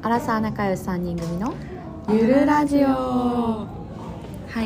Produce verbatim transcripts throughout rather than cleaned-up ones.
アラサー仲良しさんにん組のゆるラジオ。はい、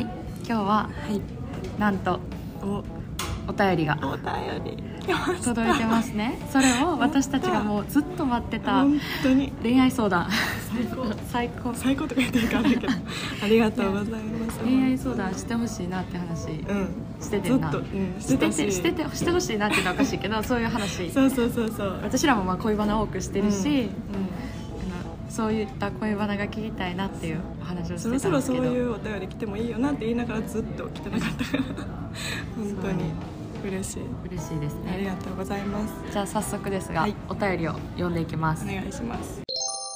今日は、はい、なんと お, お便りがお便り届いてますね。それを私たちがもうずっと待ってた本当に恋愛相談最高最高最高とか言ってるからだけどありがとうございます。 恋愛相談してほしいなって話、うん、しててんな、 ずっと、うん、 しててしててしてほしいなっていうのはおかしいけどそういう話そうそうそうそう、 私らもまあ恋バナ多くしてるし、うんうん、そういった恋バナが聞きたいなっていうお話をしてたんですけど、 そろそろそういうお便り来てもいいよなって言いながらずっと来てなかったから本当に嬉しい嬉しいですね。 ありがとうございます。 じゃあ早速ですが、はい、お便りを読んでいきます。 お願いします。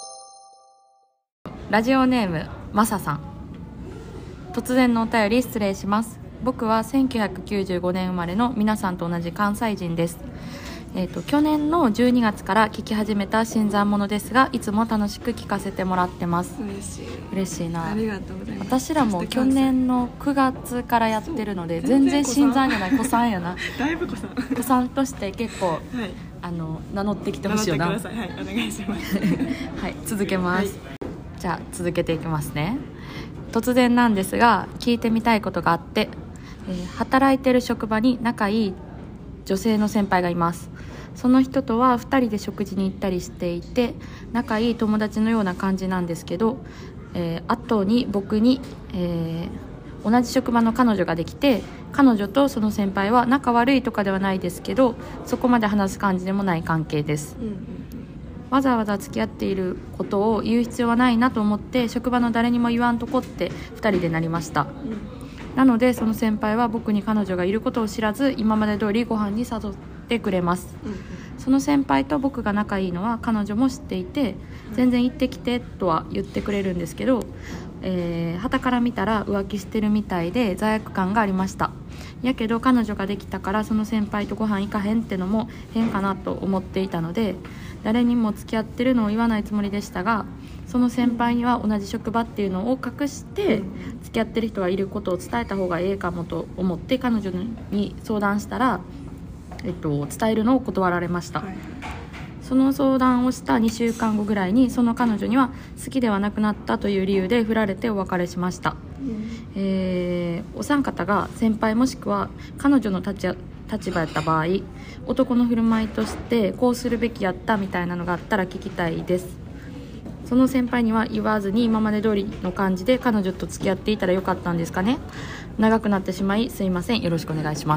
ラジオネームまささん、突然のお便り失礼します。僕はせんきゅうひゃくきゅうじゅうごねん生まれの皆さんと同じ関西人です。えーと、去年のじゅうにがつから聞き始めた新参者ですが、いつも楽しく聞かせてもらってます。 嬉しい嬉しいな。 ありがとうございます。 私らも去年のくがつからやってるので全然新参じゃない子さんやなだいぶ子さん子さんとして結構、はい、あの名乗ってきてほしいよな。 名乗ってください。はい、お願いしますはい続けます、はい、じゃあ続けていきますね。突然なんですが聞いてみたいことがあって、えー、働いてる職場に仲いい女性の先輩がいます。その人とはふたりで食事に行ったりしていて仲いい友達のような感じなんですけど、えー、後に僕に、えー、同じ職場の彼女ができて、彼女とその先輩は仲悪いとかではないですけどそこまで話す感じでもない関係です、うんうん、わざわざ付き合っていることを言う必要はないなと思って職場の誰にも言わんとこってふたりでなりました、うん、なのでその先輩は僕に彼女がいることを知らず今まで通りご飯に誘ってくれます、うんうん、その先輩と僕が仲いいのは彼女も知っていて全然行ってきてとは言ってくれるんですけど、えー、傍から見たら浮気してるみたいで罪悪感がありました。やけど彼女ができたからその先輩とご飯行かへんってのも変かなと思っていたので誰にも付き合ってるのを言わないつもりでしたが、その先輩には同じ職場っていうのを隠して付き合ってる人がいることを伝えた方がええかもと思って彼女に相談したら、えっと、伝えるのを断られました、はい、その相談をしたにしゅうかんごぐらいにその彼女には好きではなくなったという理由で振られてお別れしました、うんえー、お三方が先輩もしくは彼女の立場やった場合男の振る舞いとしてこうするべきやったみたいなのがあったら聞きたいです。その先輩には言わずに今まで通りの感じで彼女と付き合っていたらよかったんですかね。長くなってしまいすいません、よろしくお願いします。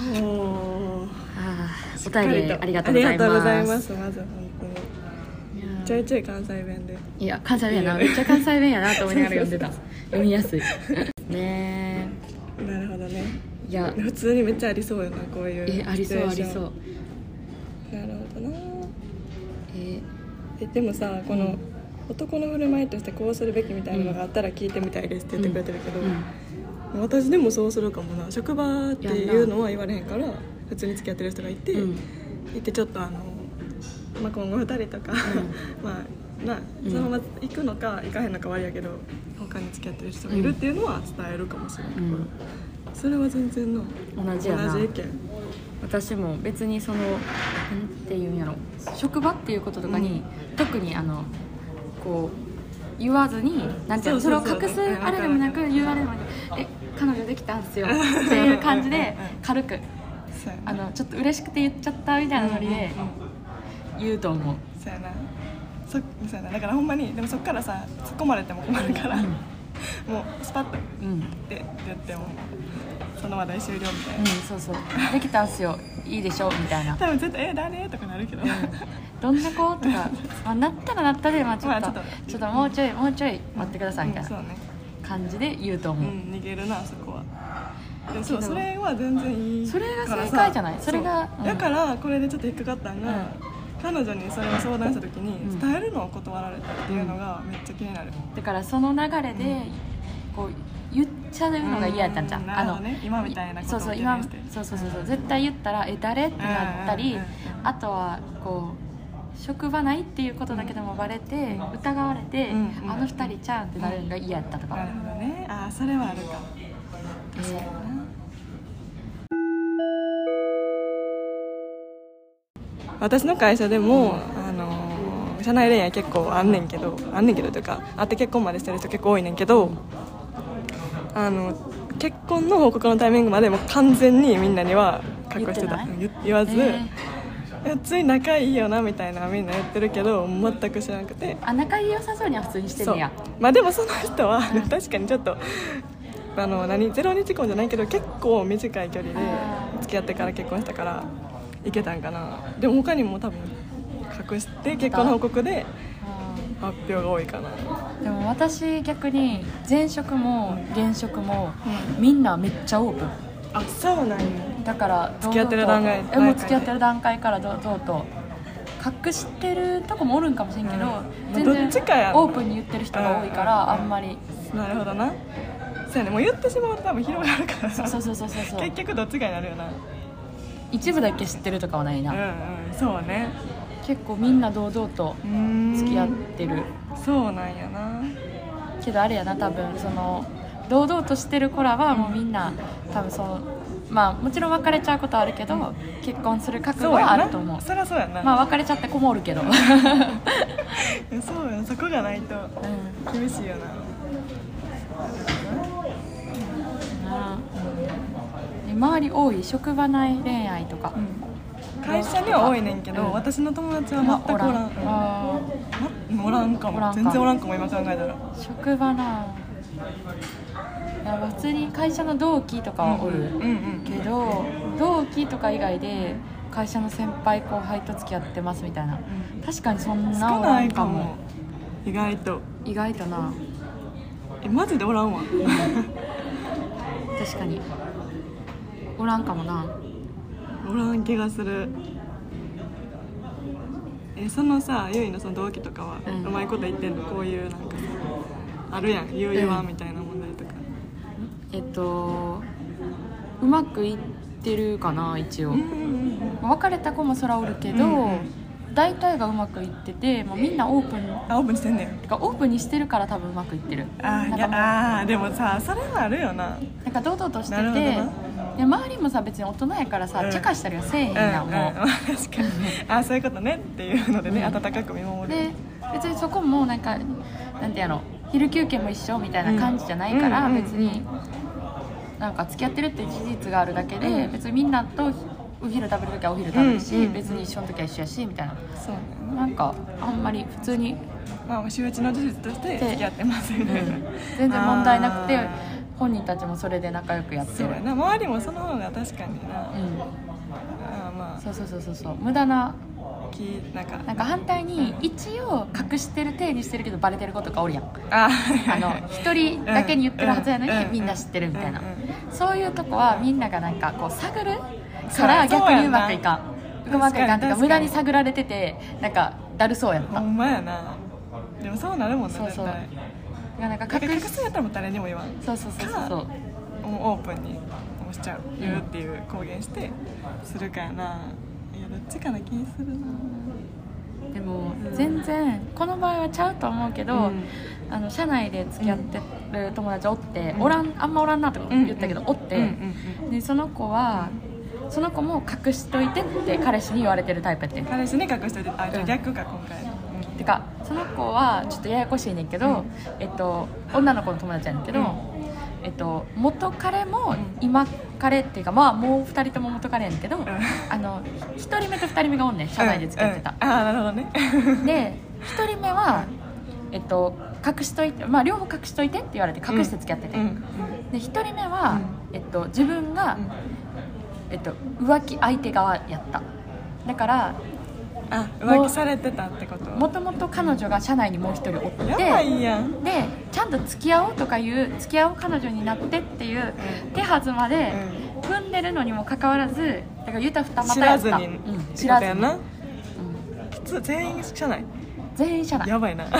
お便りありがとうございます。ありがとうございます。 まず本当にちょいちょい関西弁で、 いや関西弁やな、めっちゃ関西弁やなと思いながら読んでた読みやすいね。 なるほどね。 いや普通にめっちゃありそうよな、こういうえありそうありそう。 なるほどな。ええでもさ、この、うん、男の振る舞いとしてこうするべきみたいなのがあったら聞いてみたいですって言ってくれてるけど、うんうん、私でもそうするかもな。職場っていうのは言われへんから普通に付き合ってる人がいて、うん、いてちょっとあの、まあ、今後ふたりとか、うん、まあなそのまま行くのか行かへんのか悪いやけど他に付き合ってる人がいるっていうのは伝えるかもしれないから、うん、それは全然の同じやな。 同じ意見。私も別にそのなんていうんやろ、職場っていうこととかに、うん、特にあのこう言わずになんていうの、それを隠すあれでもなく言われるまでえ彼女できたんすよっていう感じで軽くあのちょっと嬉しくて言っちゃったみたいなノリで言うと思う。 そうやな。そそうやな。だからほんまにでもそっからさ突っ込まれても困るから、うん、もうスパッとって言っても、うん、その話題終了みたいな、 うん、そうそうできたんすよいいでしょみたいな。 多分絶対え誰とかなるけど、うん、 どんな子とか、まあ、なったらなったで、まあ、ちょっと、まあ、ちょっとちょっともうちょいもうちょい待ってくださいみたいな感じで言うと思う、うん、 逃げるなそこは。でそうそれは全然いい。 それが正解じゃない。それが、うん、 だからこれでちょっと引っかかったのが、うん、彼女にそれを相談した時に伝えるのを断られたっていうのがめっちゃ気になる、 うん、だからその流れでこう言っちゃうのが嫌やったんじゃん、うん、 なるほどね。今みたいなことをそうそう今そうそうそうそう絶対言ったらえ誰ってなったり、あとはこう職場ないっていうことだけでもバレて疑われて、うんうん、あの二人ちゃんってなるのが嫌やったとか、 なるほどね。あそれはあるか。確かにな。私の会社でも、うん、あの社内恋愛結構あんねんけどあんねんけどというかあって結婚までしてる人結構多いねんけど、あの結婚の報告のタイミングまでも完全にみんなには隠してた。 言, 言わず、えー、普通に仲いいよなみたいなみんな言ってるけど全く知らなくて、 あ仲いい良さそうには普通にしてるんや。 まあでもその人は、うん、確かにちょっとあの何ゼロ日婚じゃないけど結構短い距離で付き合ってから結婚したからいけたんかな。でも他にも多分隠して結婚の報告で発表が多いかな。 でも私逆に前職も現職も、うん、みんなめっちゃオープン。 あ、そうなんや。 だから付き合ってる段階えもう付き合ってる段階からどうぞと隠してるとこもおるんかもしれんけど、うん、全然オープンに言ってる人が多いから、うん、あんまり。 なるほどな。そうやね、もう言ってしまうと多分広がるからそうそうそうそうそう結局どっちかになるよな。 一部だけ知ってるとかはないな。 うんうん、そうね。 結構みんな堂々と付き合ってる。 そうなんやな。 けどあれやな、多分その堂々としてる子らはもうみんな多分そのまあもちろん別れちゃうことはあるけど、うん、結婚する覚悟はあると思う。 そりゃそうやな。 まあ別れちゃって子もおるけどそうや、そこがないと厳しいよな、 うん、周り多い職場内恋愛とか、 うん、会社には多いねんけど、うん、私の友達は全くおらん、まあ、おらんかも。全然おらんかも今考えたら。 職場な、いや普通に会社の同期とかはおるけど、同期とか以外で会社の先輩後輩と付き合ってますみたいな、うん、確かにそんなおらんかも。 意外と意外とな。 えマジでおらんわ確かにおらんかもな。 おらん気がする。えそのさ、ゆいのその同期とかは、うん、うまいこと言ってんの？こういうなんかさあるやん、ゆいはみたいな問題とか、 うん、えっとうまくいってるかな一応、うんうんうん、別れた子もそらおるけど、うんうん、大体がうまくいってて、もうみんなオープンあオープンしてんねん。 てかオープンにしてるから多分うまくいってる。 あいやあでもさそれはあるよな。 なんか堂々としてて、で周りもさ別に大人やからさ、うん、チャカしたりはせえへんやん、うん、もう、うん、 確かにあそういうことねっていうのでね、うん、温かく見守る。で別にそこもなんかなんてやろ、昼休憩も一緒みたいな感じじゃないから、うん、別になんか付き合ってるっていう事実があるだけで、うん、別にみんなとお昼食べるときはお昼食べるし、うん、別に一緒のときは一緒やしみたいな。そう、なんかあんまり普通にまあ周知の事実として付き合ってますみたいな、うん、 全然問題なくて本人たちもそれで仲良くやってる。 そうやな、周りもその方が確かにな、うん、 あまあそうそうそうそうそう、無駄ななんかなんか反対に一応隠してる体にしてるけどバレてる子とかおるやん。ああの一人だけに言ってるはずやのに、うん、みんな知ってるみたいな、うんうん、そういうとこはみんながなんかこう探るから逆にうまくいかんうまくいかんとか無駄に探られててなんかだるそうやった。 ほんまやな。でもそうなるもんね。そうそう、絶対なんか隠すやったらもう誰にも言わん。そうそうそうそう、もうオープンにしちゃう、うん、言うっていう公言してするかやな。いやどっちかな気にするな。 でも、うん、全然この場合はちゃうと思うけど、うん、あの社内で付き合ってる友達おって、うん、おらんあんまおらんなって言ったけど、うん、おって、うん、でその子はその子も隠しといてって彼氏に言われてるタイプやって。彼氏に隠しといて、あ、じゃあ逆か今回、 うん、てかその子はちょっとややこしいねんけど、うん、えっと女の子の友達やねんけど、うん、えっと元彼も今彼っていうか、まあもうふたりとも元彼やねんけど、うん、あのひとりめとふたりめがおんねん、社内で付き合ってた、 うんうん、ああなるほどねでひとりめはえっと隠しといて、まあ両方隠しといてって言われて隠して付き合ってて、うんうん、でひとりめは、うん、えっと自分が、うんえっと、浮気相手側やった。だからあ浮気されてたってこと。 もともと彼女が社内にもう一人おって、 やばいやん。 でちゃんと付き合おうとかいう付き合おう彼女になってっていう手はずまで踏んでるのにもかかわらず、だから言うたら二股やった。知らずに、 うん、知らずにやな、うん、普通全員社内全員社内やばいなで、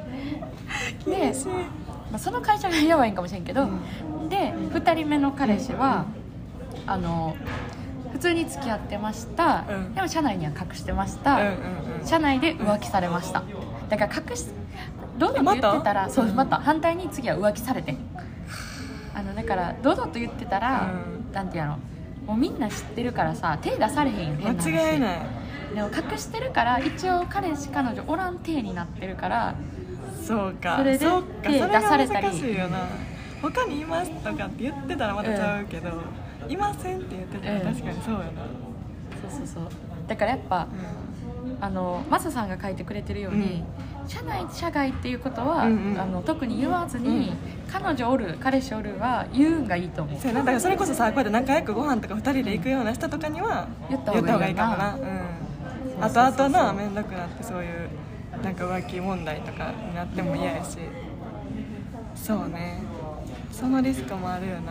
まあ、その会社がやばいんかもしれんけど、うん、でふたりめの彼氏は、うん、あの普通に付き合ってました、うん、でも社内には隠してました、うんうんうん、社内で浮気されました、うん、だから隠し堂々と言ってたら、そうまた反対に次は浮気されて、あのだから堂々と言ってたら、うん、なんていうのもうみんな知ってるからさ手出されへんよ。 間違いない。 でも隠してるから一応彼氏彼女おらん体になってるから、 そうか、 それでそうか、 手出されたり、 それが難しいよな。他にいますとかって言ってたらまたちゃうけど、うん、いませんって言ってたら確かにそうよな、うん、 そうそうそう。だからやっぱ、うん、あのマサさんが書いてくれてるように、うん、社内社外っていうことは、うんうん、あの特に言わずに、うん、彼女おる彼氏おるは言うんがいいと思う。 そうやな。だからそれこそさ、こうやって仲良くご飯とかふたりで行くような人とかには言った方がいいかもな。あとあとな、面倒くなってそういうなんか浮気問題とかになっても嫌やし、そうね、そのリスクもあるよな。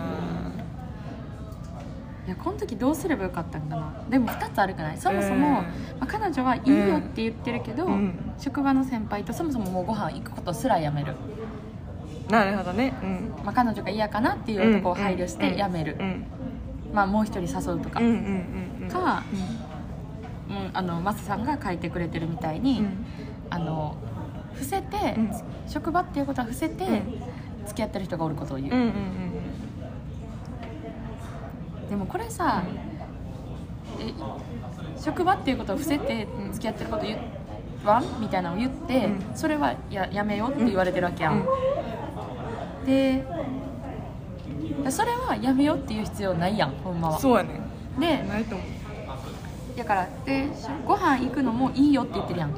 いやこの時どうすればよかったんかな。でもふたつあるくない。そもそも、まあ、彼女はいいよって言ってるけど、うん、職場の先輩とそもそももうご飯行くことすらやめる。 なるほどね、うん、 まあ、彼女が嫌かなっていう男を配慮してやめる、うんうん、まあ、もう一人誘うとか、うんうんうんうん、か、うん、あのマサさんが書いてくれてるみたいに、うん、あの伏せて、うん、職場っていうことは伏せて、うん、付き合ってる人がおることを言う、うんうんうん、でもこれさ、うん、え職場っていうことを伏せて付き合ってることを言わんみたいなのを言って、うん、それは や, やめようって言われてるわけやん、うんうん、でそれはやめようっていう必要ないやん、ほんまは。 そうやね。 でないと思う。 だからでご飯行くのもいいよって言ってるやん、うん、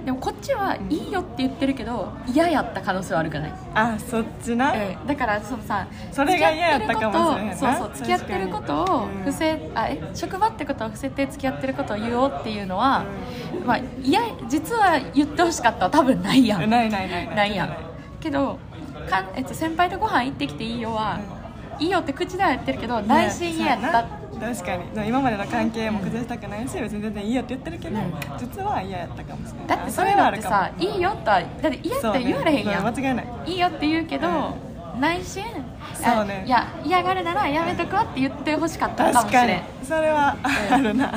でもこっちはいいよって言ってるけど嫌やった可能性はあるかない。 あ、そっちな、 うん、だからそのさ、 それが嫌やったかもしれへんな。 そうそう、付き合ってることを伏せ、うん、あえ職場ってことを伏せて付き合ってることを言おうっていうのは、うん、まあいや実は言ってほしかったは多分ないやん。 ないないないないないやん。けどか、えっと、先輩とご飯行ってきていいよは、うん、いいよって口では言ってるけど内心嫌やった、ね。 確かに今までの関係も崩したくないし、別に全然いいよって言ってるけど、うん、実は嫌やったかもしれない。 だってそれってさ、いいよとはだって嫌って言われへんやん、 ね、間違いない。 いいよって言うけど、うん、内心そうね、 いや嫌がるならやめとくわって言ってほしかったかもしれん。 確かにそれはあるな、うん、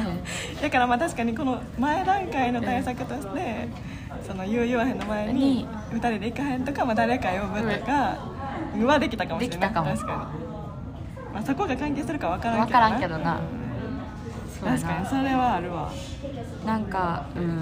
だからまあ確かにこの前段階の対策として、うん、その言う言わへんの前にふたりで行かへんとか、まあ、誰か呼ぶとかはできたかもしれない。 できたかも。 確かに、まあ、そこが関係するか分からんけどな。 分からんけどな、 うん、確かにそれはあるわ。 なんかうん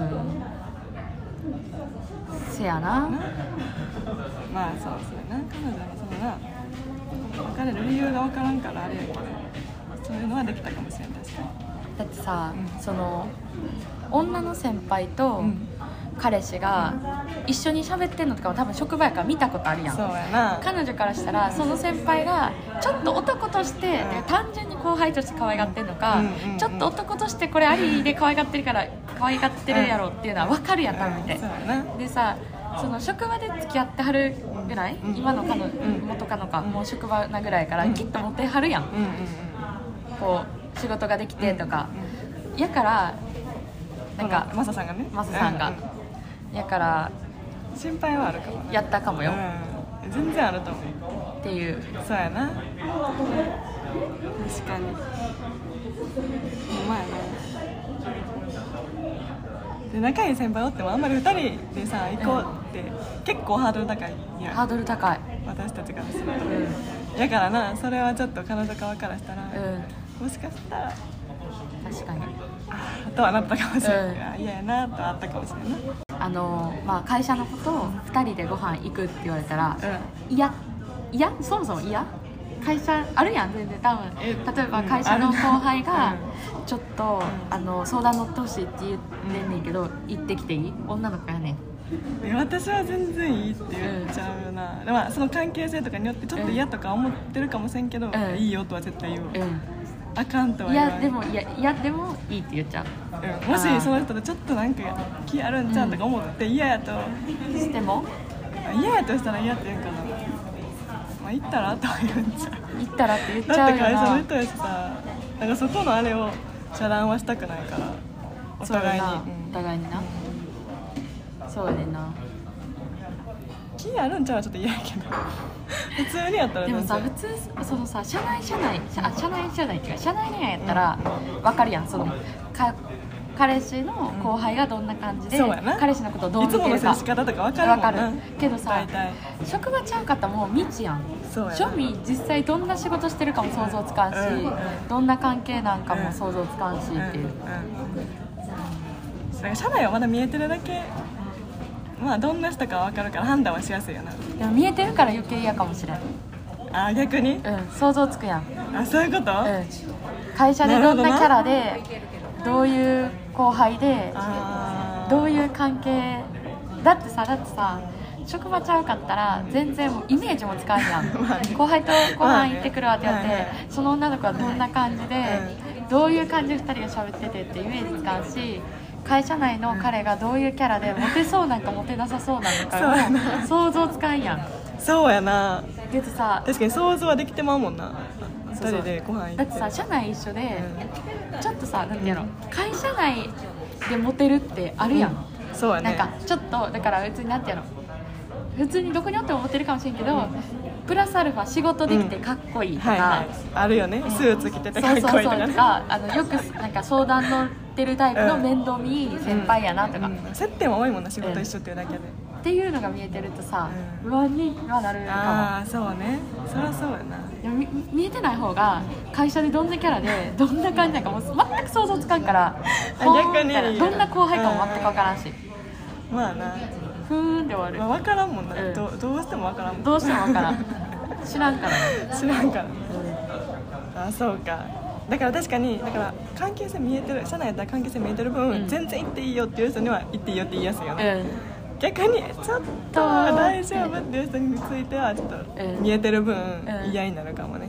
せやな。 まあそうそうやな。彼女はそのな別れる理由が分からんからあれやけど、そういうのはできたかもしれない。確かに。 だってさ、 うん、 その女の先輩と彼氏が一緒に喋ってんのとかも多分職場やから見たことあるやん。 そうやな。 彼女からしたらその先輩がちょっと男として、うん、単純に後輩として可愛がってんのか、うんうんうん、ちょっと男としてこれありで可愛がってるから可愛がってるやろっていうのは分かるやん多分見て、うん、でさ、その職場で付き合ってはるぐらい、うん、今の彼女、うん、元カノか、うん、もう職場なぐらいから、うん、きっとモテはるやん、うんうんうん、こう仕事ができてとか、うんうん、やからなんかマサさんがねマサさんが、うんうん、やから心配はあるかもな。 やったかもよ、 うん、全然あると思うっていう。 そうやな、確かに。ほんまやな。で仲いい先輩おってもあんまりふたりでさ行こうって、うん、結構ハードル高いやん。 ハードル高い、 私たちからすると、うん、やからな、それはちょっと彼女側からしたら、うん、もしかしたら確かにあとはなったかもしれない、うん、嫌やなとはあったかもしれない。 あの、まあ、会社のことをふたりでご飯行くって言われたら、うん、いやいやそもそも嫌。会社あるやん全然多分。例えば会社の後輩がちょっと、うん、あの相談乗ってほしいって言ってんねんけど、うん、行ってきていい？女の子やねん。 私は全然いいって言っちゃうな、うん、まあ、その関係性とかによってちょっと嫌とか思ってるかもしれんけど、うん、いいよとは絶対言う、うん、あかんとは言わない。いやでもいやいやでもいいって言っちゃう、 うん、もしその人とちょっとなんか気あるんちゃうとか思って嫌やとしても、 嫌やとしたら嫌って言うんかな。まあ、行ったらとは言うんちゃう。 行ったらって言っちゃうよな。 だって会社の人やしさ、なんかそこのあれを遮断はしたくないから、お互いに、うん、 お互いにな、うん、そうやねんな。 気あるんちゃうはちょっと嫌やけど普通にやったら。 でもさ、普通そのさ、社内社内社あ社内社内っていうか社内恋愛やったら分かるやん。そのか彼氏の後輩がどんな感じで、うん、彼氏のことをどう見てるか、いつもの接し方とか分かるもんな。分かるけどさ、職場ちゃうかったらもう未知やん。庶民実際どんな仕事してるかも想像つかんし、うんうん、どんな関係なんかも想像つかんしっていう、うんうんうん、 から社内はまだ見えてるだけ、まあどんな人か分かるから判断はしやすいよな。 でも見えてるから余計嫌かもしれん。 あー逆に、 うん、想像つくやん。 あ、そういうこと、うん、 会社でどんなキャラでどういう後輩であどういう関係だってさだってさ職場ちゃうかったら全然もうイメージもつかんやん後輩とご飯行ってくるわってやって、まあね、その女の子はどんな感じで、うん、どういう感じでふたりが喋っててってイメージつかんし、会社内の彼がどういうキャラでモテそうなんかモテなさそうなのかも想像つかんやん。 そうやな。 けどさ確かに想像はできてまうもんな。ふたりでご飯行ってだってさ社内一緒で、うん、ちょっとさなんていうの会社内でモテるってあるやん、うん、 そうやね。 なんかちょっとだから別になんていうの普通にどこにおってもモテるかもしれんけど、うん、プラスアルファ仕事できてかっこいいとか、うんはいはい、 あるよね、スーツ着ててかっこいいとか、ね、そうそうそうとかあのよくなんか相談乗ってるタイプの面倒見いい先輩やなとか、 うんうん、接点は多いもんな仕事一緒っていうだけで、 うん、っていうのが見えてるとさ、うん、不安にはなるかも。 ああそうね、そりゃそうやな。 でも 見, 見えてない方が会社でどんなキャラでどんな感じなんかもう全く想像つかんから逆にどんな後輩かも全く分からんし、 うん、まあなふーんで終わる、 まあ、分からんもんな、うん、ど, どうしても分からんもん。 どうしても分からん知らんからね知らんから、うん、あそうか。だから確かにだから関係性見えてる社内やったら関係性見えてる分、うん、全然行っていいよっていう人には行っていいよって言いやすいよね、うん、逆にちょっと大丈夫っていう人についてはちょっと見えてる分、うん、嫌になるかもね。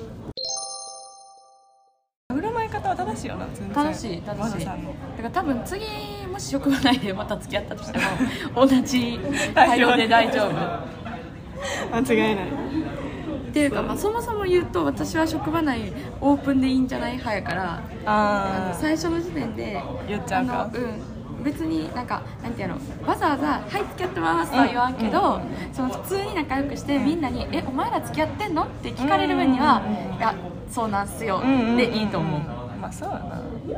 振る舞い方は正しいよな。全然正しい正しい。だから多分次もし職場内でまた付き合ったとしても同じ対応で大丈夫間違いないっていうか、まあ、そもそも言うと私は職場内オープンでいいんじゃない派やから、ああの最初の時点で言っちゃうか、 うん、別になんかなんていうのわざわざ「はい付き合ってます」とは言わんけど、うん、その普通に仲良くしてみんなに「えお前ら付き合ってんの?」って聞かれる分には「いやそうなんすよ」でいいと思う。 まあそうやな。い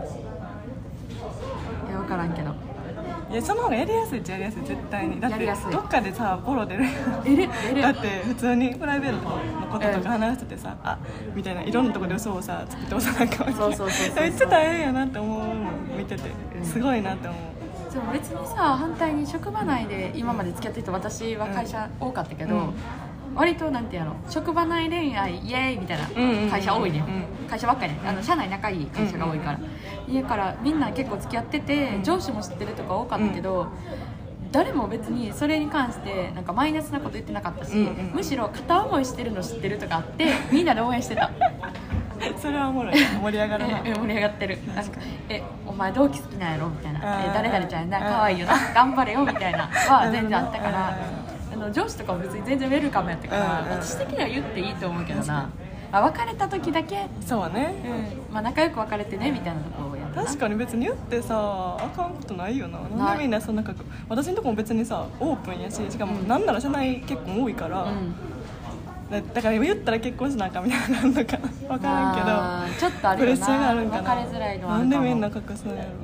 や分からんけど、 いやその方がやりやすいっちゃやりやすい絶対に。だってどっかでさボロ出る出る出るだって普通にプライベートのこととか話しててさ、うん、あみたいないろんなところで嘘をさつけておさなんかもそうそうそうそうめっちゃ大変やなって思うの見ててすごいなって思う、 うん、でも別にさ反対に職場内で今まで付き合ってた私は会社多かったけど、うん、割となんていうの職場内恋愛イエーイみたいな会社多いね、うんうんうん、会社ばっかりね、あの社内仲いい会社が多いから、うんうん、だからみんな結構付き合ってて上司も知ってるとか多かったけど、うん、誰も別にそれに関してなんかマイナスなこと言ってなかったし、うんうん、むしろ片思いしてるの知ってるとかあってみんなで応援してたそれはおもろい盛り上がるな盛り上がってる。なんかえお前同期好きなんやろみたいな、え誰々ちゃんな可愛いよな頑張れよみたいなは全然あったからあの上司とかも別に全然ウェルカムやったから、うんうん、私的には言っていいと思うけどな、まあ、別れた時だけそうね、 うんまあ、仲良く別れてねみたいなところをやるな。 確かに別に言ってさあかんことないよな。なんでみんなそんなか私のとこも別にさオープンやししかもなんなら社内結婚多いから、うんだ, だから言ったら結婚しなあかんみたいなのあんのかな分からんけどちょっとあるよな、 プレッシャーがあるんかな。 別れづらいのはあるかも。 なんでみんな隠すのやろ。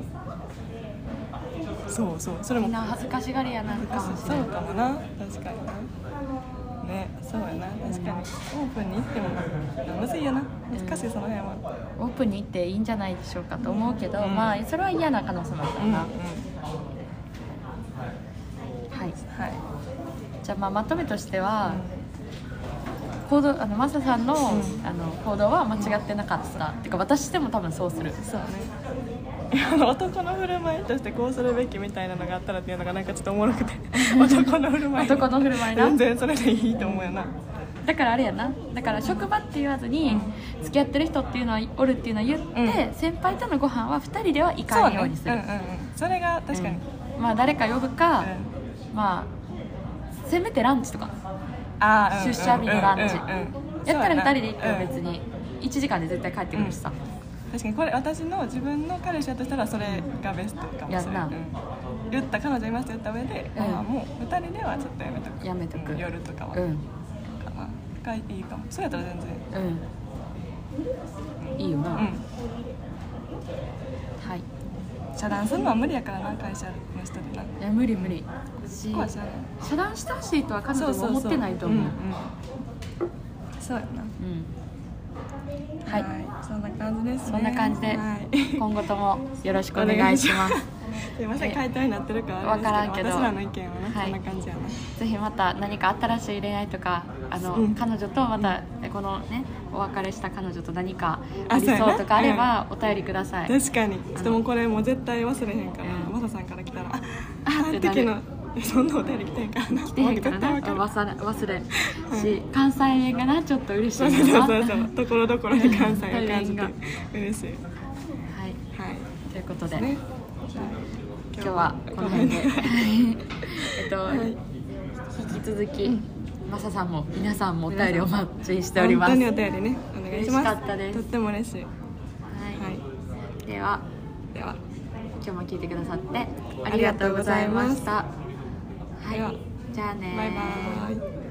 そうそうそれもみんな恥ずかしがりやなのかもしれない。 そうかもな確かになねそうやな確かに、うん、オープンに行ってもむずいよな難しい、うん、その辺はオープンに行っていいんじゃないでしょうかと思うけど、うん、まあそれは嫌な可能性もあるからな、うんうん、はい、はい、じゃあまあまとめとしては、うん行動あのマサさんの、うん、あの行動は間違ってなかった、うん、ってか私でも多分そうする。 そうねあの男の振る舞いとしてこうするべきみたいなのがあったらっていうのがなんかちょっとおもろくて男の振る舞い男の振る舞いな全然それでいいと思うよな。 だからあれやなだから職場って言わずに、うん、付き合ってる人っていうのはおるっていうのは言って、うん、先輩とのご飯はふたりでは行かんようにする。 そうね、うんうんうん、それが確かに、 うん、まあ誰か呼ぶか、うん、まあせめてランチとかあ出社日のランチ、うんうんうんうん、やったらふたりで行っても別にいちじかんで絶対帰ってくるしさ、 うん、確かにこれ私の自分の彼氏だとしたらそれがベストかもしれない、うん、言った彼女いますって言った上で、うん、あもうふたりではちょっとやめとくやめとく、 うん、夜とかは、うん、かながいいかも。そうやったら全然、 うん、いいよな、うん、はい遮断するのは無理やからな会社の人でな。いや無理無理遮断してほしいとは彼女も思ってないと思う。 そうやな、 はい、 そんな感じですね。 そんな感じで、 はい、 今後ともよろしくお願いします。 すいません、回答になってるかわからんけど、 私らの意見はね、 はい、 そんな感じやな。 ぜひまた何か新しい恋愛とか、あの、うん、彼女とまたこのねお別れした彼女と何かありそうとかあればお便りください。 確かに。ちょっともうこれもう絶対忘れへんから、マサさんから来たらああって時のそんなお便り来てへんからな。 来てへんからな。忘れし、関西弁がなちょっと嬉しいな。そうそうそう。ところどころに関西を感じて嬉しい。 はいはい。 ということで。今日はこの辺でえっと、はい、引き続き、うん、マサさんも皆さんもお便りお待ちしております。 本当にお便りねお願いします。 嬉しかったです。 とっても嬉しい。はい、 はい、ではでは今日も聞いてくださってありがとうございました。はい、 ではじゃあね。 バイバイ。